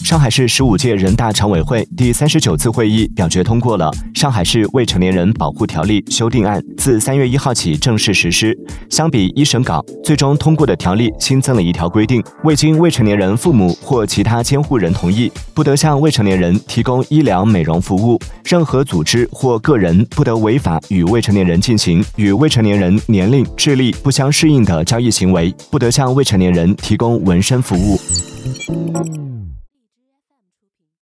上海市15届人大常委会第39次会议表决通过了《上海市未成年人保护条例》修订案，自3月1号起正式实施。相比一审稿，最终通过的条例新增了一条规定：未经未成年人父母或其他监护人同意，不得向未成年人提供医疗美容服务；任何组织或个人不得违法与未成年人进行与未成年人年龄、智力不相适应的交易行为；不得向未成年人提供纹身服务。